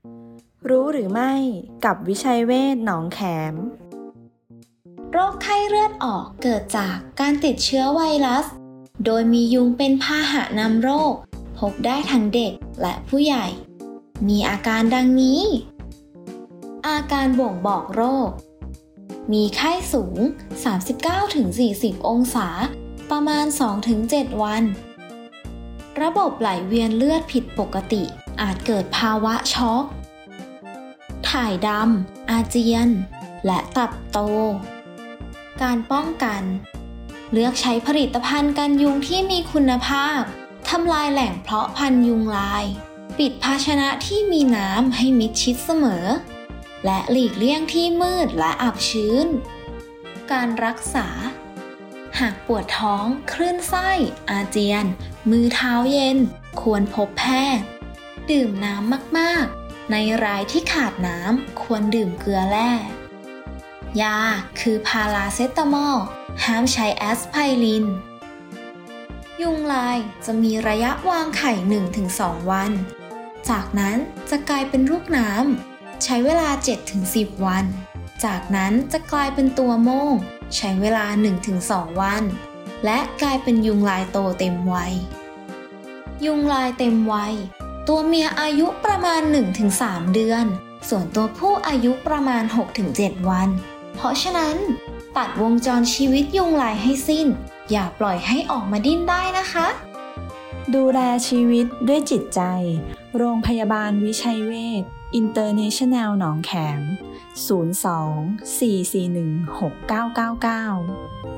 รู้หรือไม่กับวิชัยเวชหนองแขมโรคไข้เลือดออกเกิดจากการติดเชื้อไวรัสโดยมียุงเป็นพาหะนำโรคพบได้ทั้งเด็กและผู้ใหญ่มีอาการดังนี้อาการบ่งบอกโรคมีไข้สูง 39-40 องศาประมาณ 2-7 วันระบบไหลเวียนเลือดผิดปกติอาจเกิดภาวะช็อกถ่ายดำอาเจียนและตับโตการป้องกันเลือกใช้ผลิตภัณฑ์กันยุงที่มีคุณภาพทำลายแหล่งเพาะพันธุ์ยุงลายปิดภาชนะที่มีน้ำให้มิดชิดเสมอและหลีกเลี่ยงที่มืดและอับชื้นการรักษาหากปวดท้องคลื่นไส้อาเจียนมือเท้าเย็นควรพบแพทย์ดื่มน้ำมากๆในรายที่ขาดน้ำควรดื่มเกลือแร่ยาคือพาราเซตามอลห้ามใช้แอสไพรินยุงลายจะมีระยะวางไข่ 1-2 วันจากนั้นจะกลายเป็นลูกน้ำใช้เวลา 7-10 วันจากนั้นจะกลายเป็นตัวโม่งใช้เวลา 1-2 วันและกลายเป็นยุงลายโตเต็มวัยยุงลายเต็มวัยตัวเมียอายุประมาณ 1-3 เดือนส่วนตัวผู้อายุประมาณ 6-7 วันเพราะฉะนั้นตัดวงจรชีวิตยุงลายให้สิ้นอย่าปล่อยให้ออกมาดิ้นได้นะคะดูแลชีวิตด้วยจิตใจโรงพยาบาลวิชัยเวชอินเตอร์เนชั่นแนลหนองแขม02 441 6999